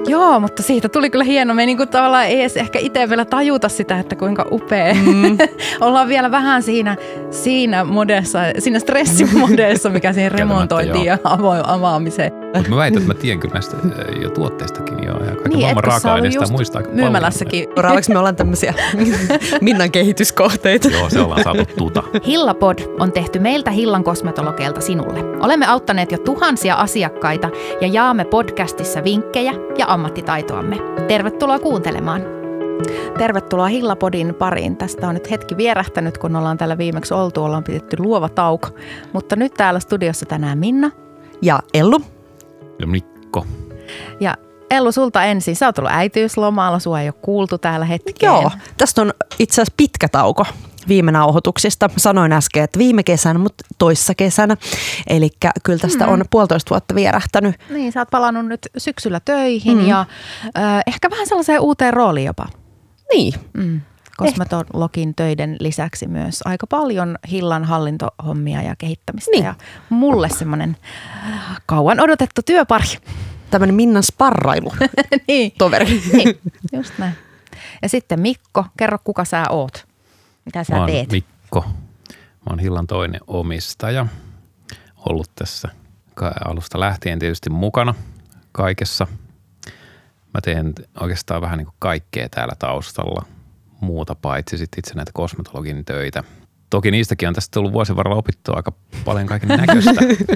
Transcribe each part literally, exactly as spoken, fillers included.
Joo, mutta siitä tuli kyllä hieno. Me ei niin kuin tavallaan ei edes ehkä itse vielä tajuta sitä, että kuinka upea. Mm. Ollaan vielä vähän siinä, siinä modessa, siinä stressimodessa, mikä siihen remontointiin ja avo- avaamiseen. Mutta mä väitän, että mä tiedän kyllä näistä jo tuotteistakin jo ja kaikki niin, maailman raaka-aineista muistaa aika myymälässäkin. Raavaksi me ollaan tämmöisiä Minnan kehityskohteita. Joo, se ollaan saatu tuta. Hillapod on tehty meiltä Hillan kosmetologeilta sinulle. Olemme auttaneet jo tuhansia asiakkaita ja jaamme podcastissa vinkkejä ja ammattitaitoamme. Tervetuloa kuuntelemaan. Tervetuloa Hillapodin pariin. Tästä on nyt hetki vierähtänyt, kun ollaan täällä viimeksi oltu. Ollaan pidetty luova tauko. Mutta nyt täällä studiossa tänään Minna. Ja Ellu. Ja Mikko. Ja Ellu, sulta ensin. Sä oot ollut äitiyslomalla, sua ei ole kuultu täällä hetkeen. Joo, tästä on itse asiassa pitkä tauko viime nauhoituksista. Sanoin äsken, että viime kesänä, mutta toissa kesänä. Eli kyllä tästä mm. on puolitoista vuotta vierähtänyt. Niin, sä oot palannut nyt syksyllä töihin mm. ja äh, ehkä vähän sellaiseen uuteen rooliin jopa. Niin. Mm. Kosmetologin töiden lisäksi myös aika paljon Hillan hallintohommia ja kehittämistä. Niin. Ja mulle semmoinen kauan odotettu työpari. Tämmöinen Minnan sparrailu niin. toveri. Niin, just näin. Ja sitten Mikko, kerro kuka sä oot. Mitä sä mä teet? Mikko. Mä oon Hillan toinen omistaja. Ollut tässä alusta lähtien tietysti mukana kaikessa. Mä teen oikeastaan vähän niin kuin kaikkea täällä taustalla. Muuta paitsi sitten itse näitä kosmetologin töitä. Toki niistäkin on tästä tullut vuosien varrella opittua aika paljon kaiken näköistä.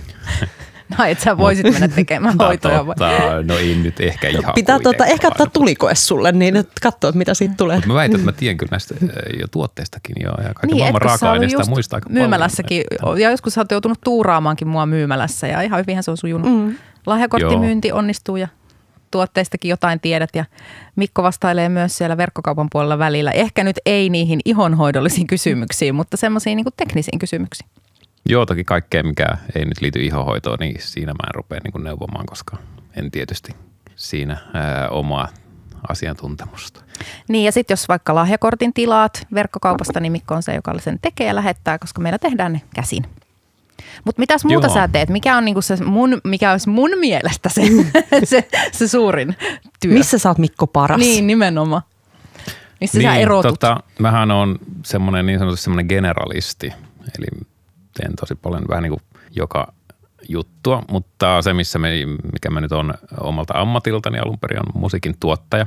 No et sä voisit mennä tekemään hoitoja vai? No ei nyt ehkä ihan Pitää tuota, ehkä ottaa tulikoe sulle, niin että katsoo, mitä siitä tulee. Mutta mä väitän, että mä tiedän kyllä näistä jo tuotteistakin jo ja kaiken niin, maailman raaka-aineista muistaa aika myymälässäkin, paljon. Ja joskus sä oot joutunut tuuraamaankin mua myymälässä ja ihan hyvinhän se on sujunut. Mm. Lahjakorttimyynti onnistuu ja tuotteistakin jotain tiedät ja Mikko vastailee myös siellä verkkokaupan puolella välillä. Ehkä nyt ei niihin ihonhoidollisiin kysymyksiin, mutta semmoisiin niin kuin teknisiin kysymyksiin. Joo, toki kaikkea, mikä ei nyt liity ihonhoitoon, niin siinä mä en rupea niin kuin neuvomaan, koska en tietysti siinä ää, omaa asiantuntemusta. Niin ja sitten jos vaikka lahjakortin tilaat verkkokaupasta, niin Mikko on se, joka sen tekee ja lähettää, koska meillä tehdään ne käsin. Mutta mitäs muuta Joo. sä teet? Mikä on niinku se mun, mikä olisi mun mielestä se, se, se suurin työ? Missä sä oot Mikko paras? Niin, nimenomaan. Missä niin, sä erotut? Tota, mähän on semmoinen niin sanotusti semmoinen generalisti, eli teen tosi paljon vähän niin kuin joka juttua, mutta se missä me, mikä mä nyt on omalta ammatiltani alun perin on musiikin tuottaja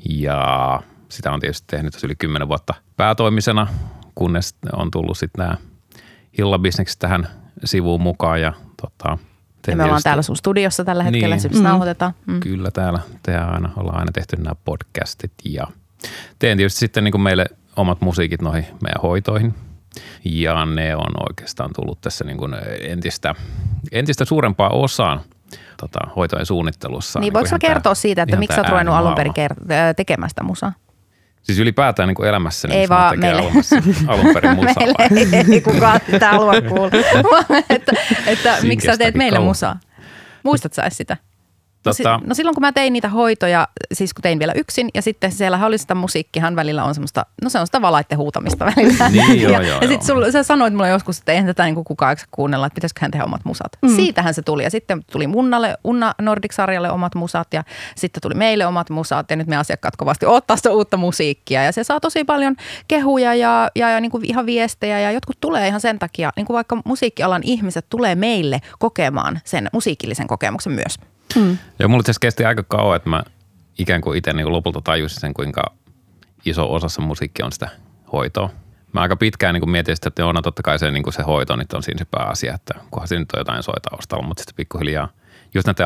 ja sitä on tietysti tehnyt yli kymmenen vuotta päätoimisena, kunnes on tullut sitten nämä Hilla-bisnekset tähän sivuun mukaan ja tota, ja me ollaan täällä sun studiossa tällä hetkellä, niin, mm, nauhoitetaan. Mm. Kyllä täällä tehdään aina, ollaan aina tehty nämä podcastit ja teen tietysti sitten niin kuin meille omat musiikit noihin meidän hoitoihin ja ne on oikeastaan tullut tässä niin kuin entistä, entistä suurempaan osaan tota, hoitojen suunnittelussa. Niin, niin voiko sä kertoa siitä, että miksi sä oot ruvennut alun perin tekemään sitä musaa? Siis ylipäätään niin kuin elämässäni, ei vaan meille. Alun perin musaa. Meille ei kukaan sitä halua kuulla. että että miksi sä teet meille musaa? Muistatko sä sitä? Tota, no silloin kun mä tein niitä hoitoja, siis kun tein vielä yksin ja sitten siellä oli sitä musiikkihan välillä on semmoista, no se on sitä valaitten huutamista välillä. Niin, joo, ja joo, ja sitten sul, sä sanoit mulle joskus, että eihän tätä niin kukaan eikö kuunnella, että pitäisiköhän tehdä omat musat. Mm. Siitähän se tuli ja sitten tuli Munnalle, Unna Nordic-sarjalle omat musat ja sitten tuli meille omat musat ja nyt me asiakkaat kovasti ottaa sitä uutta musiikkia ja se saa tosi paljon kehuja ja, ja, ja niin kuin ihan viestejä ja jotkut tulee ihan sen takia, niin kuin vaikka musiikkialan ihmiset tulee meille kokemaan sen musiikillisen kokemuksen myös. Mm. Ja mulla itse kesti aika kauan, että mä ikään kuin itse niin kuin lopulta tajusin sen, kuinka iso osassa musiikki on sitä hoitoa. Mä aika pitkään niin kuin mietin sitä, että on totta kai se, niin kuin se hoito nyt on siinä se pääasia, että kunhan siinä nyt on jotain soitaustalla, mutta sitten pikkuhiljaa just näiden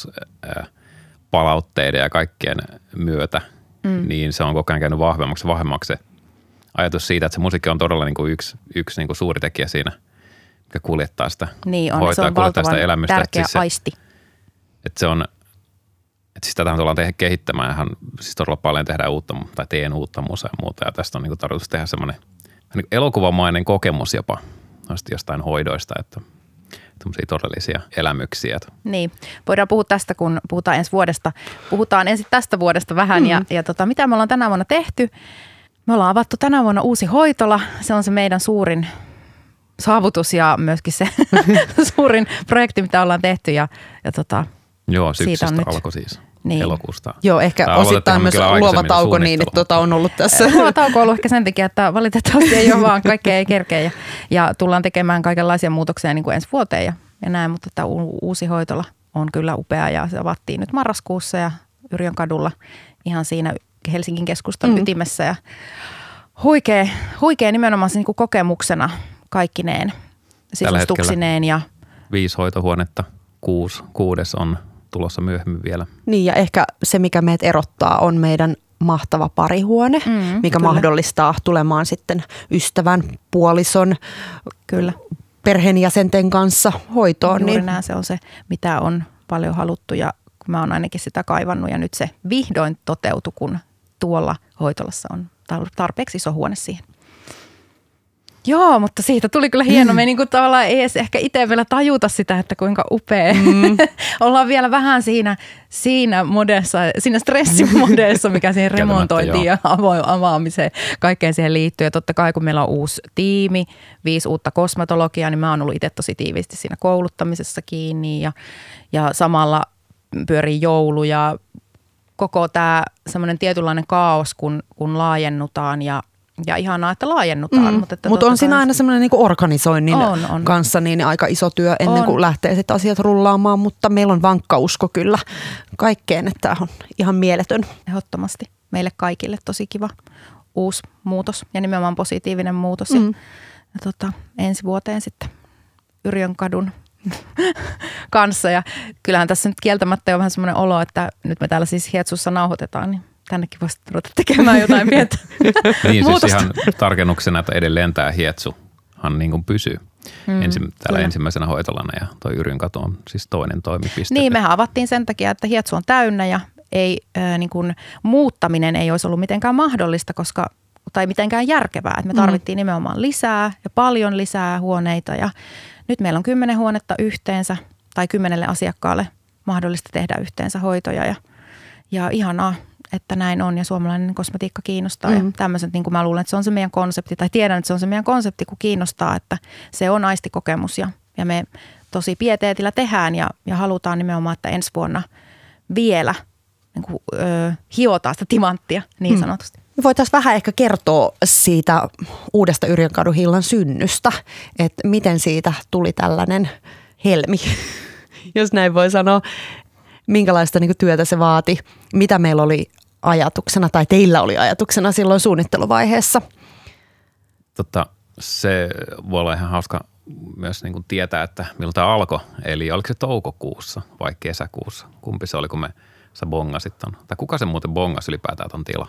asiakaspalautteiden ja kaikkien myötä, mm. niin se on koko ajan käynyt vahvemmaksi vahvemmaksi se ajatus siitä, että se musiikki on todella niin kuin yksi, yksi niin kuin suuri tekijä siinä, mikä kuljettaa sitä niin on, hoitoa ja kuljettaa sitä elämystä. Tärkeä siis aisti. Että se on, että siis tätähän tullaan tehdä kehittämään ja siis todella paljon tehdään uutta, tai teen uutta musaa ja muuta. Ja tästä on niin kuin tarkoitus tehdä semmoinen niin elokuvamainen kokemus jopa jostain hoidoista, että tämmöisiä todellisia elämyksiä. Niin, voidaan puhua tästä, kun puhutaan ensi vuodesta. Puhutaan ensin tästä vuodesta vähän mm. ja, ja tota, mitä me ollaan tänä vuonna tehty. Me ollaan avattu tänä vuonna uusi hoitola. Se on se meidän suurin saavutus ja myöskin se suurin projekti, mitä ollaan tehty ja, ja tota, joo, syksystä alkoi siis. niin. elokuusta. Joo, ehkä tai osittain myös luova tauko niin, että tota on ollut tässä. Luova tauko on ollut ehkä sen takia, että valitettavasti ei ole vaan, kaikkea ei kerkeä ja, ja tullaan tekemään kaikenlaisia muutoksia niin kuin ensi vuoteen ja, ja näin, mutta tämä uusi hoitola on kyllä upea ja se avattiin nyt marraskuussa ja Yrjön kadulla ihan siinä Helsingin keskustan mm. ytimessä ja huikea, huikea nimenomaan se niin kuin kokemuksena kaikkineen, sisustuksineen. Ja viisi hoitohuonetta, kuusi, kuudes on tulossa myöhemmin vielä. Niin ja ehkä se, mikä meidät erottaa, on meidän mahtava parihuone, mm, mikä kyllä. mahdollistaa tulemaan sitten ystävän, puolison, kyllä. perheenjäsenten kanssa hoitoon. Juuri niin. näin, se on se, mitä on paljon haluttu ja mä oon ainakin sitä kaivannut ja nyt se vihdoin toteutui, kun tuolla hoitolassa on tarpeeksi iso huone siihen. Joo, mutta siitä tuli kyllä hieno. Me ei niin kuin tavallaan ei edes ehkä itse vielä tajuta sitä, että kuinka upea. Mm. Ollaan vielä vähän siinä, siinä modessa, siinä stressimodessa, mikä siihen remontointiin ja avaamiseen, kaikkeen siihen liittyy. Ja totta kai kun meillä on uusi tiimi, viisi uutta kosmetologiaa, niin mä oon ollut itse tosi tiiviisti siinä kouluttamisessa kiinni ja, ja samalla pyörii joulu ja koko tämä semmoinen tietynlainen kaos, kun, kun laajennutaan ja Ja ihanaa, että laajennutaan. Mm. Mutta Mut on siinä aina semmoinen niinku organisoinnin on, on. kanssa niin aika iso työ ennen on. kuin lähtee sitten asiat rullaamaan, mutta meillä on vankka usko kyllä kaikkeen, että tämä on ihan mieletön. Ehdottomasti meille kaikille tosi kiva uusi muutos ja nimenomaan positiivinen muutos. Mm. Ja, ja tota, ensi vuoteen sitten Yrjön kadun kanssa ja kyllähän tässä nyt kieltämättä on vähän semmoinen olo, että nyt me täällä siis Hietsussa nauhoitetaan, niin tännekin voisi ruveta tekemään jotain pientä Niin siis ihan tarkennuksena, että edelleen tämä Hietsuhan niin kuin pysyy mm, Ensi, täällä kyllä. ensimmäisenä hoitolana ja toi Yrjön katu on siis toinen toimipiste. Niin, mehän avattiin sen takia, että Hietsu on täynnä ja ei, äh, niin kuin, muuttaminen ei olisi ollut mitenkään mahdollista, koska tai mitenkään järkevää. Että me tarvittiin mm. nimenomaan lisää ja paljon lisää huoneita ja nyt meillä on kymmenen huonetta yhteensä tai kymmenelle asiakkaalle mahdollista tehdä yhteensä hoitoja ja, ja ihanaa, että näin on ja suomalainen kosmetiikka kiinnostaa mm. ja tämmöiset, niin kuin mä luulen, että se on se meidän konsepti tai tiedän, että se on se meidän konsepti, kun kiinnostaa, että se on aistikokemus ja, ja me tosi pieteetillä tehdään ja, ja halutaan nimenomaan, että ensi vuonna vielä niin kuin, ö, hiotaan sitä timanttia niin sanotusti. Mm. Me voitaisiin vähän ehkä kertoa siitä uudesta Yrjön kadun hillan synnystä, että miten siitä tuli tällainen helmi, jos näin voi sanoa. Minkälaista niin kuin työtä se vaati, mitä meillä oli ajatuksena tai teillä oli ajatuksena silloin suunnitteluvaiheessa? Totta, se voi olla ihan hauska myös niin kuin tietää, että milloin tämä alkoi. Eli oliko se toukokuussa vai kesäkuussa? Kumpi se oli, kun me sä bongasit ton? Tai kuka se muuten bongasi ylipäätään ton tila?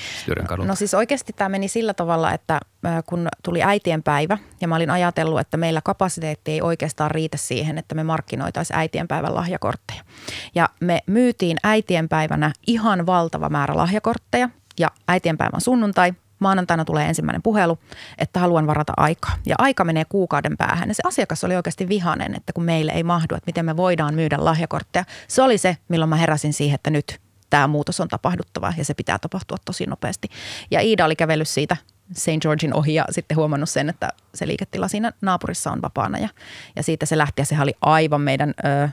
No siis oikeasti tämä meni sillä tavalla, että kun tuli äitienpäivä ja mä olin ajatellut, että meillä kapasiteetti ei oikeastaan riitä siihen, että me markkinoitaisiin äitienpäivän lahjakortteja. Ja me myytiin äitienpäivänä ihan valtava määrä lahjakortteja ja äitienpäivän sunnuntai. Maanantaina tulee ensimmäinen puhelu, että haluan varata aikaa. Ja aika menee kuukauden päähän. Ja se asiakas oli oikeasti vihainen, että kun meille ei mahdu, että miten me voidaan myydä lahjakortteja. Se oli se, milloin mä heräsin siihen, että nyt tämä muutos on tapahduttava ja se pitää tapahtua tosi nopeasti. Ja Iida oli kävellyt siitä Saint Georgein ohi ja sitten huomannut sen, että se liiketila siinä naapurissa on vapaana. Ja, ja siitä se lähti ja sehän oli aivan meidän ö,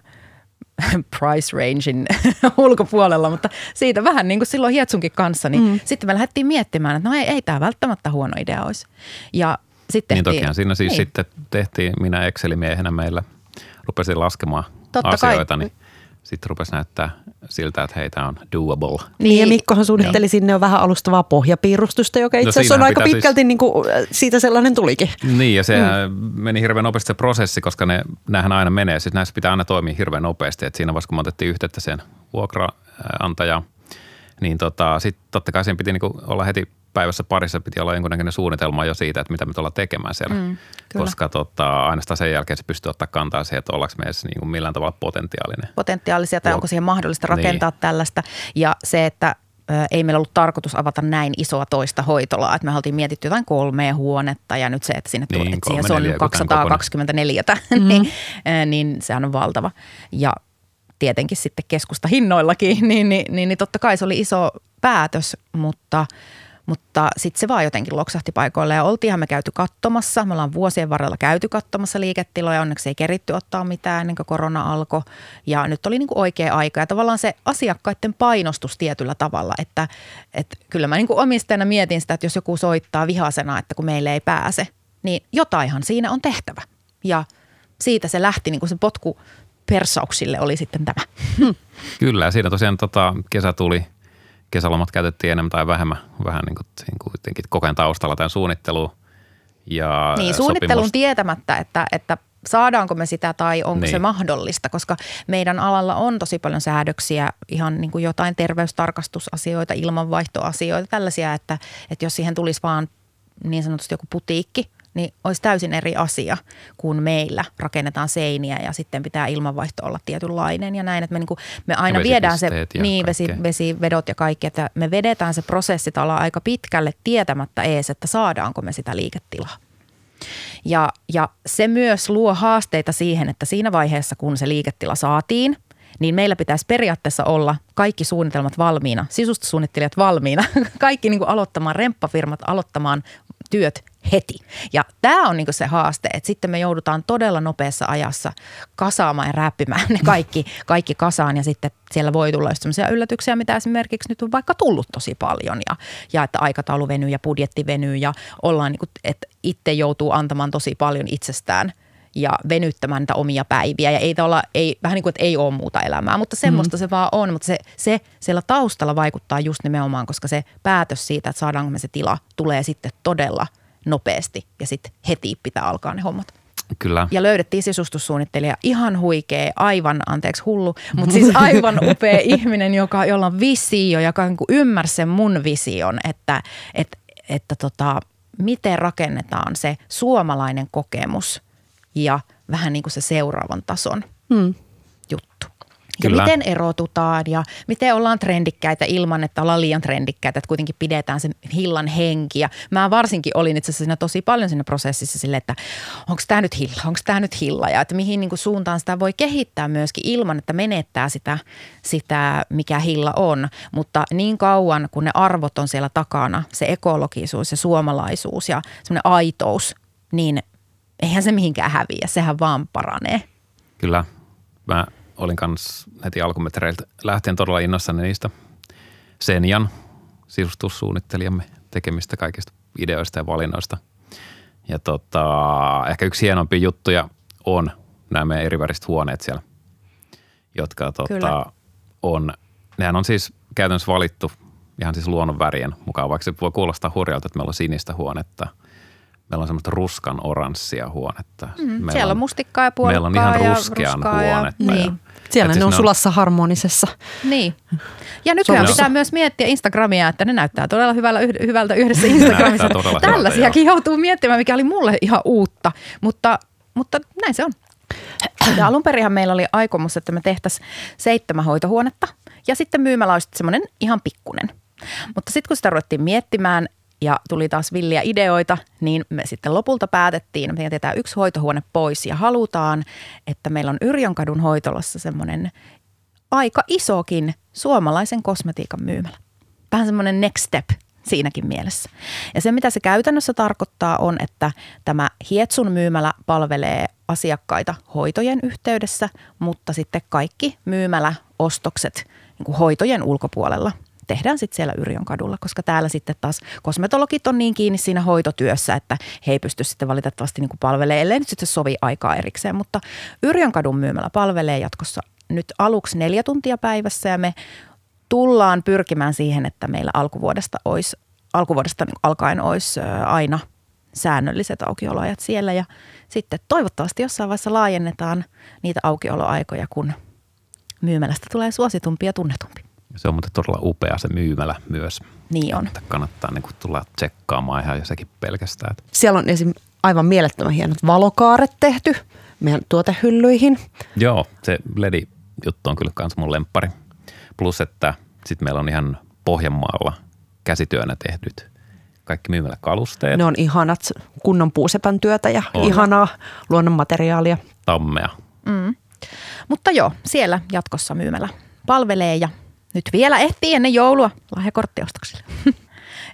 price rangein ulkopuolella, mutta siitä vähän niin kuin silloin Hietsunkin kanssa, niin mm. sitten me lähdettiin miettimään, että no ei, ei tämä välttämättä huono idea olisi. Ja sitten niin tehtiin, tokihan siinä siis ei. sitten tehtiin, minä Excel-miehenä meillä rupesin laskemaan Totta asioita, niin sitten rupesi näyttää siltä, että hei, tämä on doable. Niin, ja Mikkohan suunnitteli ja. sinne jo vähän alustavaa pohjapiirustusta, joka itse asiassa no, on aika pitkälti, siis, niin kuin siitä sellainen tulikin. Niin, ja se mm. meni hirveän nopeasti se prosessi, koska ne, näähän aina menee. Siis näissä pitää aina toimia hirveän nopeasti. Että siinä vaiheessa, kun me otettiin yhteyttä sen vuokraantajaan, niin tota, sitten totta kai siinä piti niin kuin olla heti päivässä parissa, piti olla jonkunnäköinen suunnitelma jo siitä, että mitä me tullaan tekemään siellä. Mm, koska tota, ainoastaan sen jälkeen se pystyy ottaa kantaa siihen, että ollaanko meissä niin kuin millään tavalla potentiaalinen. Potentiaalisia tai onko siihen mahdollista rakentaa niin. tällaista. Ja se, että ä, ei meillä ollut tarkoitus avata näin isoa toista hoitolaa. Että me oltiin mietitty jotain kolmea huonetta ja nyt se, että sinne, niin, että siihen se on kaksisataakaksikymmentäneljä, mm-hmm. niin, ä, niin sehän on valtava. Ja tietenkin sitten keskusta hinnoillakin, niin, niin, niin, niin totta kai se oli iso päätös, mutta Mutta sitten se vaan jotenkin loksahti paikoille ja oltiinhan me käyty katsomassa. Me ollaan vuosien varrella käyty katsomassa liiketiloja. Onneksi ei keritty ottaa mitään ennen kuin korona alkoi. Ja nyt oli niin kuin oikea aika ja tavallaan se asiakkaiden painostus tietyllä tavalla. Että, että kyllä mä niin kuin omistajana mietin sitä, että jos joku soittaa vihasena, että kun meille ei pääse, niin jotainhan siinä on tehtävä. Ja siitä se lähti, niin kuin se potku persauksille oli sitten tämä. Kyllä, siinä tosiaan tota, kesä tuli. Kesälomat käytettiin enemmän tai vähemmän, vähän niin kuin kuitenkin kokeen taustalla tämän suunnitteluun. Ja niin, suunnittelun sopimus... tietämättä, että, että saadaanko me sitä tai onko niin. se mahdollista, koska meidän alalla on tosi paljon säädöksiä, ihan niin kuin jotain terveystarkastusasioita, ilmanvaihtoasioita, tällaisia, että, että jos siihen tulisi vaan niin sanotusti joku putiikki, niin olisi täysin eri asia kuin meillä. Rakennetaan seiniä ja sitten pitää ilmanvaihto olla tietynlainen ja näin. Että me, niin kuin, me aina viedään se, niin, vesi, vesivedot ja kaikki, että me vedetään se prosessitala aika pitkälle tietämättä ees, että saadaanko me sitä liiketilaa. Ja, ja se myös luo haasteita siihen, että siinä vaiheessa, kun se liiketila saatiin, niin meillä pitäisi periaatteessa olla kaikki suunnitelmat valmiina, sisustussuunnittelijat valmiina, kaikki niin kuin aloittamaan, remppafirmat aloittamaan työt heti. Ja tämä on niin kuin se haaste, että sitten me joudutaan todella nopeassa ajassa kasaamaan ja räppimään ne kaikki, kaikki kasaan ja sitten siellä voi tulla just sellaisia yllätyksiä, mitä esimerkiksi nyt on vaikka tullut tosi paljon ja, ja että aikataulu venyy ja budjetti venyy ja ollaan niin kuin, että itse joutuu antamaan tosi paljon itsestään ja venyttämään niitä omia päiviä ja ei olla, ei, vähän niin kuin, että ei ole muuta elämää, mutta semmoista mm. se vaan on, mutta se, se siellä taustalla vaikuttaa just nimenomaan, koska se päätös siitä, että saadaanko me se tila, tulee sitten todella nopeasti ja sitten heti pitää alkaa ne hommat. Kyllä. Ja löydettiin sisustussuunnittelija, ihan huikea, aivan, anteeksi hullu, mutta siis aivan upea ihminen, joka, jolla on visio, joka niin kuin ymmärsi sen mun vision, että, että, että tota, miten rakennetaan se suomalainen kokemus ja vähän niin kuin se seuraavan tason hmm. juttu. Kyllä. Ja miten erotutaan ja miten ollaan trendikkäitä ilman, että ollaan liian trendikkäitä, että kuitenkin pidetään sen hillan henki. Ja mä varsinkin olin itse asiassa siinä tosi paljon siinä prosessissa silleen, että onko tämä nyt hilla, onko tämä nyt hilla ja että mihin niin kuin suuntaan sitä voi kehittää myöskin ilman, että menettää sitä, sitä, mikä hilla on. Mutta niin kauan, kun ne arvot on siellä takana, se ekologisuus ja suomalaisuus ja semmoinen aitous, niin eihän se mihinkään häviä, sehän vaan paranee. Kyllä, mä olin kanssa heti alkumetreiltä lähtien todella innoissani niistä Senjan sisustussuunnittelijamme tekemistä kaikista ideoista ja valinnoista. Ja tota, ehkä yksi hienompia juttuja on nämä meidän eriväriset huoneet siellä, jotka tota, on, nehän on siis käytännössä valittu ihan siis luonnon värien mukaan, vaikka se voi kuulostaa hurjalta, että meillä on sinistä huonetta. Meillä on semmoista ruskan oranssia huonetta. Mm, siellä on mustikkaa ja puolikkaa. Meillä on ihan ruskean huonetta. Ja, ja, niin. Siellä siis ne on ne sulassa harmonisessa. Niin. Ja nykyään Sommassa. pitää myös miettiä Instagramia, että ne näyttää todella hyvällä, hyvältä yhdessä Instagramissa. Tällaisiakin hyvältä, joutuu miettimään, mikä oli mulle ihan uutta, mutta, mutta näin se on. Ja alun perinhan meillä oli aikomus, että me tehtäisiin seitsemän hoitohuonetta ja sitten myymälä olisi semmoinen ihan pikkunen. Mutta sitten kun sitä ruvettiin miettimään ja tuli taas villiä ideoita, niin me sitten lopulta päätettiin, että me jätetään yksi hoitohuone pois ja halutaan, että meillä on Yrjönkadun hoitolassa semmoinen aika isokin suomalaisen kosmetiikan myymälä. Vähän semmoinen next step siinäkin mielessä. Ja se, mitä se käytännössä tarkoittaa, on, että tämä Hietsun myymälä palvelee asiakkaita hoitojen yhteydessä, mutta sitten kaikki myymäläostokset niin kuin hoitojen ulkopuolella tehdään sitten siellä Yrjönkadulla, koska täällä sitten taas kosmetologit on niin kiinni siinä hoitotyössä, että he ei pysty sitten valitettavasti niin kuin palvelemaan, ellei nyt sitten sovi aikaa erikseen. Mutta Yrjönkadun myymälä palvelee jatkossa nyt aluksi neljä tuntia päivässä ja me tullaan pyrkimään siihen, että meillä alkuvuodesta, olisi, alkuvuodesta niin alkaen olisi aina säännölliset aukioloajat siellä ja sitten toivottavasti jossain vaiheessa laajennetaan niitä aukioloaikoja, kun myymälästä tulee suositumpi ja tunnetumpi. Se on muuten todella upea se myymälä myös. Niin on. Että kannattaa niin kuin tulla tsekkaamaan ihan sekin pelkästään. Siellä on esim. Aivan mielettömän hienot valokaaret tehty meidän tuotehyllyihin. Joo, se L E D-juttu on kyllä kans mun lemppari. Plus, että sitten meillä on ihan Pohjanmaalla käsityönä tehdyt kaikki myymäläkalusteet. Ne on ihanat kunnon puusepän työtä ja on. Ihanaa luonnonmateriaalia. Tammea. Mm. Mutta joo, siellä jatkossa myymälä palvelee ja nyt vielä ehtii ennen joulua lahjakorttiostoksille.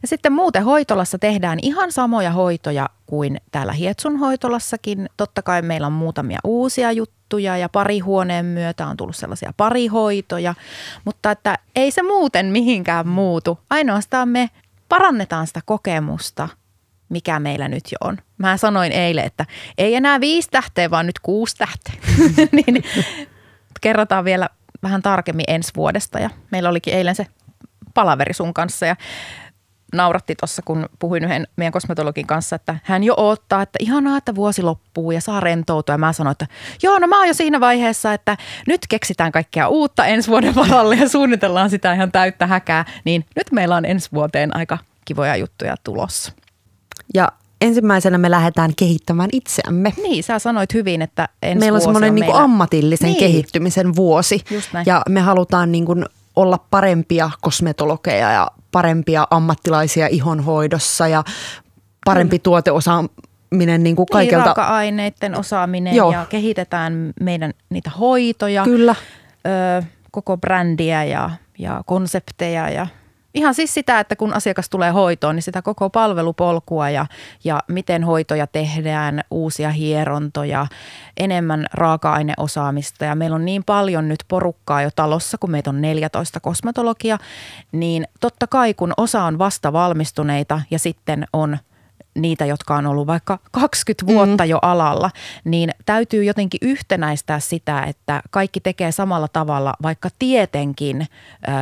Ja sitten muuten hoitolassa tehdään ihan samoja hoitoja kuin täällä Hietsun hoitolassakin. Totta kai meillä on muutamia uusia juttuja ja parihuoneen myötä on tullut sellaisia parihoitoja, mutta että ei se muuten mihinkään muutu. Ainoastaan me parannetaan sitä kokemusta, mikä meillä nyt jo on. Mä sanoin eilen, että ei enää viisi tähteä, vaan nyt kuusi tähteä. Niin kerrotaan vielä vähän tarkemmin ensi vuodesta ja meillä olikin eilen se palaveri sun kanssa ja nauratti tuossa, kun puhuin yhden meidän kosmetologin kanssa, että hän jo odottaa, että ihanaa, että vuosi loppuu ja saa rentoutua. Ja mä sanoin, että joo, no mä oon jo siinä vaiheessa, että nyt keksitään kaikkea uutta ensi vuoden varalle ja suunnitellaan sitä ihan täyttä häkää. Niin nyt meillä on ensi vuoteen aika kivoja juttuja tulossa. Ja ensimmäisenä me lähdetään kehittämään itseämme. Niin, sä sanoit hyvin, että ensi meillä on vuosi semmoinen on niin kuin meillä ammatillisen niin. kehittymisen vuosi. Just näin. Ja me halutaan niin kuin olla parempia kosmetologeja ja parempia ammattilaisia ihonhoidossa ja parempi mm. tuoteosaaminen niin kuin kaikelta. Niin, raaka-aineiden osaaminen Joo. ja kehitetään meidän niitä hoitoja, Kyllä. Ö, koko brändiä ja, ja konsepteja ja ihan siis sitä, että kun asiakas tulee hoitoon, niin sitä koko palvelupolkua ja, ja miten hoitoja tehdään, uusia hierontoja, enemmän raaka-aineosaamista. Ja meillä on niin paljon nyt porukkaa jo talossa, kun meitä on neljätoista kosmetologia, niin totta kai kun osa on vasta valmistuneita ja sitten on niitä, jotka on ollut vaikka kaksikymmentä vuotta mm. jo alalla, niin täytyy jotenkin yhtenäistää sitä, että kaikki tekee samalla tavalla, vaikka tietenkin ö,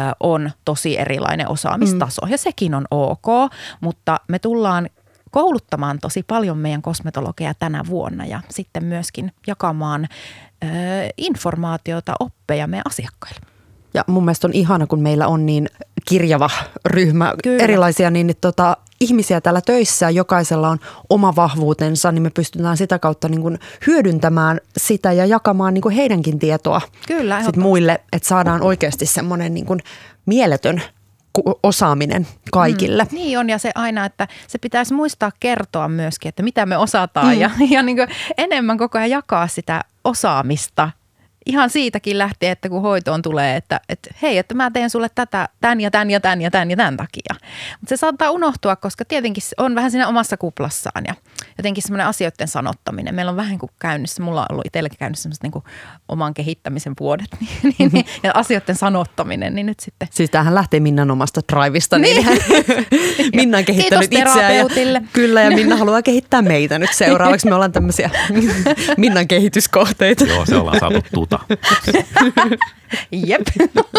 on tosi erilainen osaamistaso. Mm. Ja sekin on ok, mutta me tullaan kouluttamaan tosi paljon meidän kosmetologeja tänä vuonna ja sitten myöskin jakamaan ö, informaatiota, oppeja meidän asiakkaille. Ja mun mielestä on ihana, kun meillä on niin kirjava ryhmä Kyllä. erilaisia niin, niin tota, ihmisiä täällä töissä ja jokaisella on oma vahvuutensa, niin me pystytään sitä kautta niin kuin hyödyntämään sitä ja jakamaan niin kuin heidänkin tietoa Kyllä, sit muille, että saadaan oikeasti semmoinen niin kuin mieletön osaaminen kaikille. Mm, niin on ja se aina, että se pitäisi muistaa kertoa myöskin, että mitä me osataan mm. ja, ja niin kuin enemmän koko ajan jakaa sitä osaamista. Ihan siitäkin lähtien, että kun hoitoon tulee, että, että hei, että mä teen sulle tätä, tämän ja tämän ja tämän ja tämän ja tämän takia. Mutta se saattaa unohtua, koska tietenkin on vähän siinä omassa kuplassaan ja jotenkin semmoinen asioiden sanottaminen. Meillä on vähän kuin käynnissä, mulla on ollut itselläkin käynnissä semmoiset niin kuin oman kehittämisen vuodet niin, niin, niin, ja asioiden sanottaminen, niin nyt sitten. Siis tämähän lähtee Minnan omasta drivista, niin, niin Minna on kehittänyt itseään. Ja, kyllä, ja Minna haluaa kehittää meitä nyt seuraavaksi. Me ollaan tämmöisiä Minnan kehityskohteita. Joo, se ollaan saatu tuta. Jep.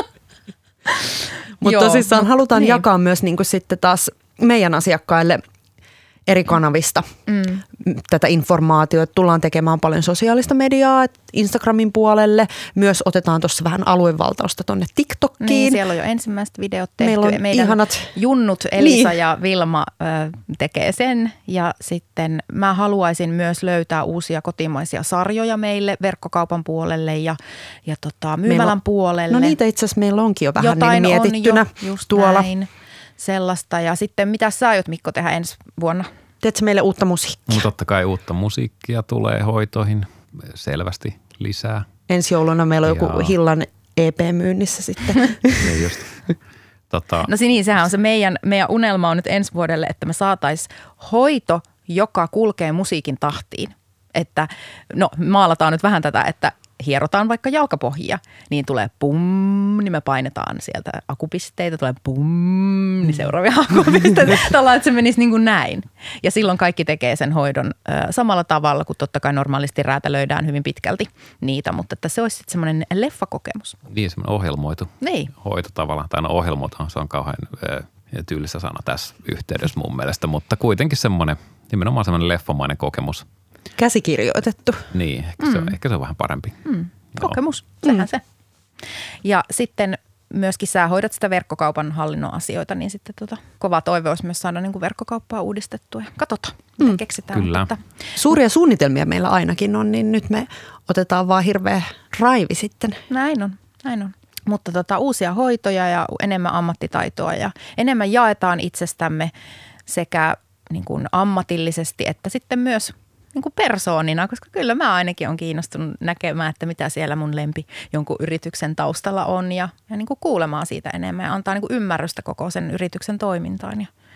Mutta tosissaan halutaan niin. jakaa myös niin kuin sitten taas meidän asiakkaille eri kanavista mm. tätä informaatiota. Tullaan tekemään paljon sosiaalista mediaa Instagramin puolelle. Myös otetaan tuossa vähän aluevaltausta tuonne TikTokiin. Niin, siellä on jo ensimmäiset videot tehty. Meillä on Meidän ihanat junnut Elisa niin. ja Vilma ö, tekee sen. Ja sitten mä haluaisin myös löytää uusia kotimaisia sarjoja meille verkkokaupan puolelle ja, ja tota, myymälän on, puolelle. No niitä itse asiassa meillä onkin jo vähän Jotain niin mietittynä on jo, just tuolla. Näin. Sellaista. Ja sitten mitä sä aiot, Mikko, tehdä ensi vuonna? Teetkö meille uutta musiikkia? No totta kai uutta musiikkia tulee hoitoihin selvästi lisää. Ensi jouluna meillä on joku Hillan E P myynnissä sitten. Niin just. Tota. No niin, sehän on se meidän, meidän unelma on nyt ensi vuodelle, että me saataisiin hoito, joka kulkee musiikin tahtiin. Että no maalataan nyt vähän tätä, että hierotaan vaikka jalkapohjia, niin tulee pum, niin me painetaan sieltä akupisteitä, tulee pum, niin seuraavia akupisteitä. Tällä että se menisi niin kuin näin. Ja silloin kaikki tekee sen hoidon ö, samalla tavalla, kun totta kai normaalisti räätälöidään hyvin pitkälti niitä, mutta että se olisi sitten semmoinen leffakokemus. Niin, semmoinen ohjelmoitu niin. hoito tavallaan. Tai no ohjelmoitu, se on kauhean ö, tyylissä sana tässä yhteydessä mun mielestä, mutta kuitenkin semmoinen, nimenomaan semmoinen leffamainen kokemus. Käsikirjoitettu. Niin, ehkä, mm. se, on, ehkä se on vähän parempi. Mm. Kokemus, sehän mm. se. Ja sitten myöskin sä hoidat sitä verkkokaupan hallinnon asioita, niin sitten tota, kova toive olisi myös saada niin kuin verkkokauppaa uudistettua. Katsotaan, mitä mm. keksitään. Kyllä. Mutta suuria suunnitelmia meillä ainakin on, niin nyt me otetaan vaan hirveä raivi sitten. Näin on, näin on. Mutta tota, uusia hoitoja ja enemmän ammattitaitoa ja enemmän jaetaan itsestämme sekä niin kuin ammatillisesti että sitten myös niin kuin persoonina, koska kyllä mä ainakin olen kiinnostunut näkemään, että mitä siellä mun lempi jonkun yrityksen taustalla on ja, ja niin kuin kuulemaan siitä enemmän ja antaa niin kuin ymmärrystä koko sen yrityksen toimintaan ja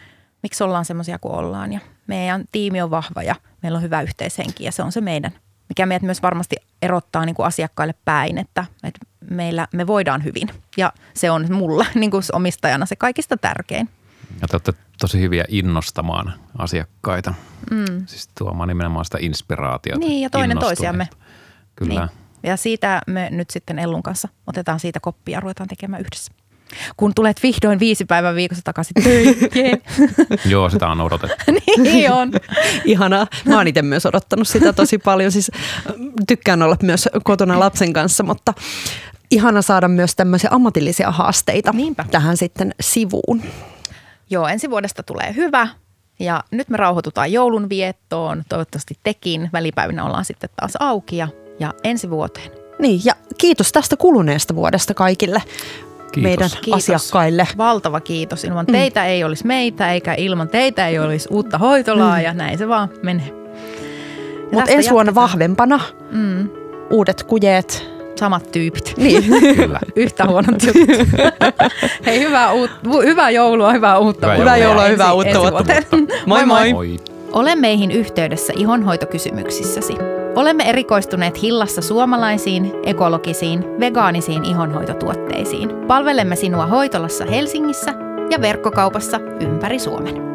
miksi ollaan semmoisia kuin ollaan. Ja meidän tiimi on vahva ja meillä on hyvä yhteishenki ja se on se meidän, mikä meidät myös varmasti erottaa niin kuin asiakkaille päin, että, että meillä, me voidaan hyvin. Ja se on mulla niin kuin omistajana se kaikista tärkein. Ja te olette tosi hyviä innostamaan asiakkaita, mm. siis tuomaan nimenomaan sitä inspiraatiota. Niin, ja toinen toisiamme. Kyllä. Niin. Ja siitä me nyt sitten Ellun kanssa otetaan siitä koppia ja ruvetaan tekemään yhdessä. Kun tulet vihdoin viisi päivän viikossa takaisin töihin. Joo, sitä on odotettu. Niin on. Ihanaa. Mä oon itse myös odottanut sitä tosi paljon. Siis tykkään olla myös kotona lapsen kanssa, mutta ihana saada myös tämmöisiä ammatillisia haasteita Niinpä. tähän sitten sivuun. Joo, ensi vuodesta tulee hyvä ja nyt me rauhoitutaan joulun viettoon. Toivottavasti tekin. Välipäivinä ollaan sitten taas auki ja, ja ensi vuoteen. Niin, ja kiitos tästä kuluneesta vuodesta kaikille Kiitos. meidän Kiitos. asiakkaille. Valtava kiitos. Ilman teitä mm. ei olisi meitä, eikä ilman teitä ei olisi uutta hoitolaa mm. ja näin se vaan menee. Mutta ensi vuonna vahvempana, mm. uudet kujeet. Samat tyypit. Niin. Kyllä. Yhtä huonot jutut. Hei, hyvää, uut, hyvää joulua, hyvää uutta Hyvää vuotta. Hyvää joulua, hyvää ensi, uutta vuotta. Moi moi. Moi. Ole meihin yhteydessä ihonhoitokysymyksissäsi. Olemme erikoistuneet Hillassa suomalaisiin, ekologisiin, vegaanisiin ihonhoitotuotteisiin. Palvelemme sinua hoitolassa Helsingissä ja verkkokaupassa ympäri Suomen.